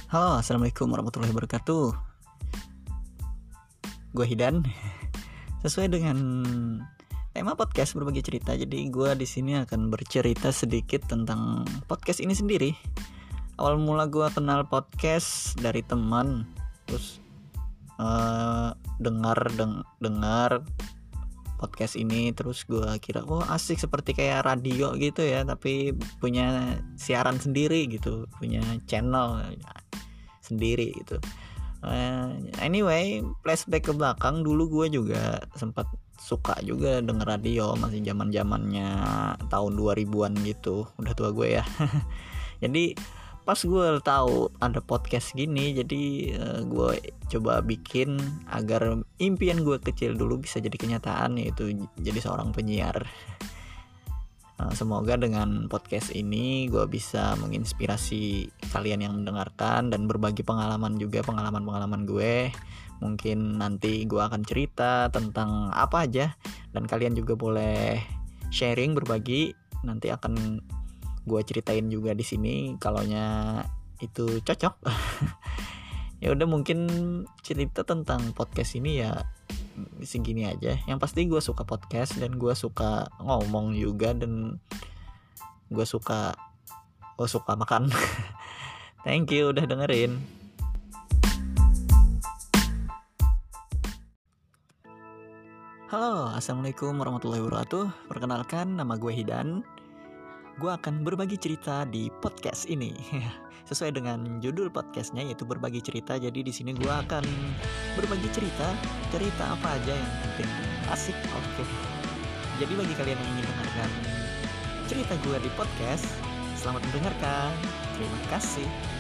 Halo, assalamualaikum warahmatullahi wabarakatuh. Gue Hidan. Sesuai dengan tema podcast berbagi cerita, jadi gue di sini akan bercerita sedikit tentang podcast ini sendiri. Awal mula gue kenal podcast dari teman, terus dengar podcast ini, terus gue kira asik seperti kayak radio gitu ya, tapi punya siaran sendiri gitu, punya channel sendiri gitu. Anyway, flashback ke belakang, dulu gue juga sempat suka juga denger radio, masih zaman-zamannya tahun 2000-an gitu. Udah tua gue ya. Jadi pas gue tahu ada podcast gini, jadi gue coba bikin agar impian gue kecil dulu bisa jadi kenyataan, yaitu jadi seorang penyiar. Semoga dengan podcast ini gue bisa menginspirasi kalian yang mendengarkan dan berbagi pengalaman gue. Mungkin nanti gue akan cerita tentang apa aja, dan kalian juga boleh sharing, berbagi. Nanti akan gue ceritain juga di sini kalaunya itu cocok. Ya udah, mungkin cerita tentang podcast ini ya segini aja. Yang pasti gue suka podcast dan gue suka ngomong juga, dan gue suka makan. Thank you udah dengerin. Halo, assalamualaikum warahmatullahi wabarakatuh. Perkenalkan, nama gue Hidan. Gue akan berbagi cerita di podcast ini. Sesuai dengan judul podcastnya, yaitu berbagi cerita. Jadi di sini gue akan berbagi cerita apa aja yang penting asik. Oke. Jadi bagi kalian yang ingin dengarkan cerita gue di podcast, selamat mendengarkan. Terima kasih.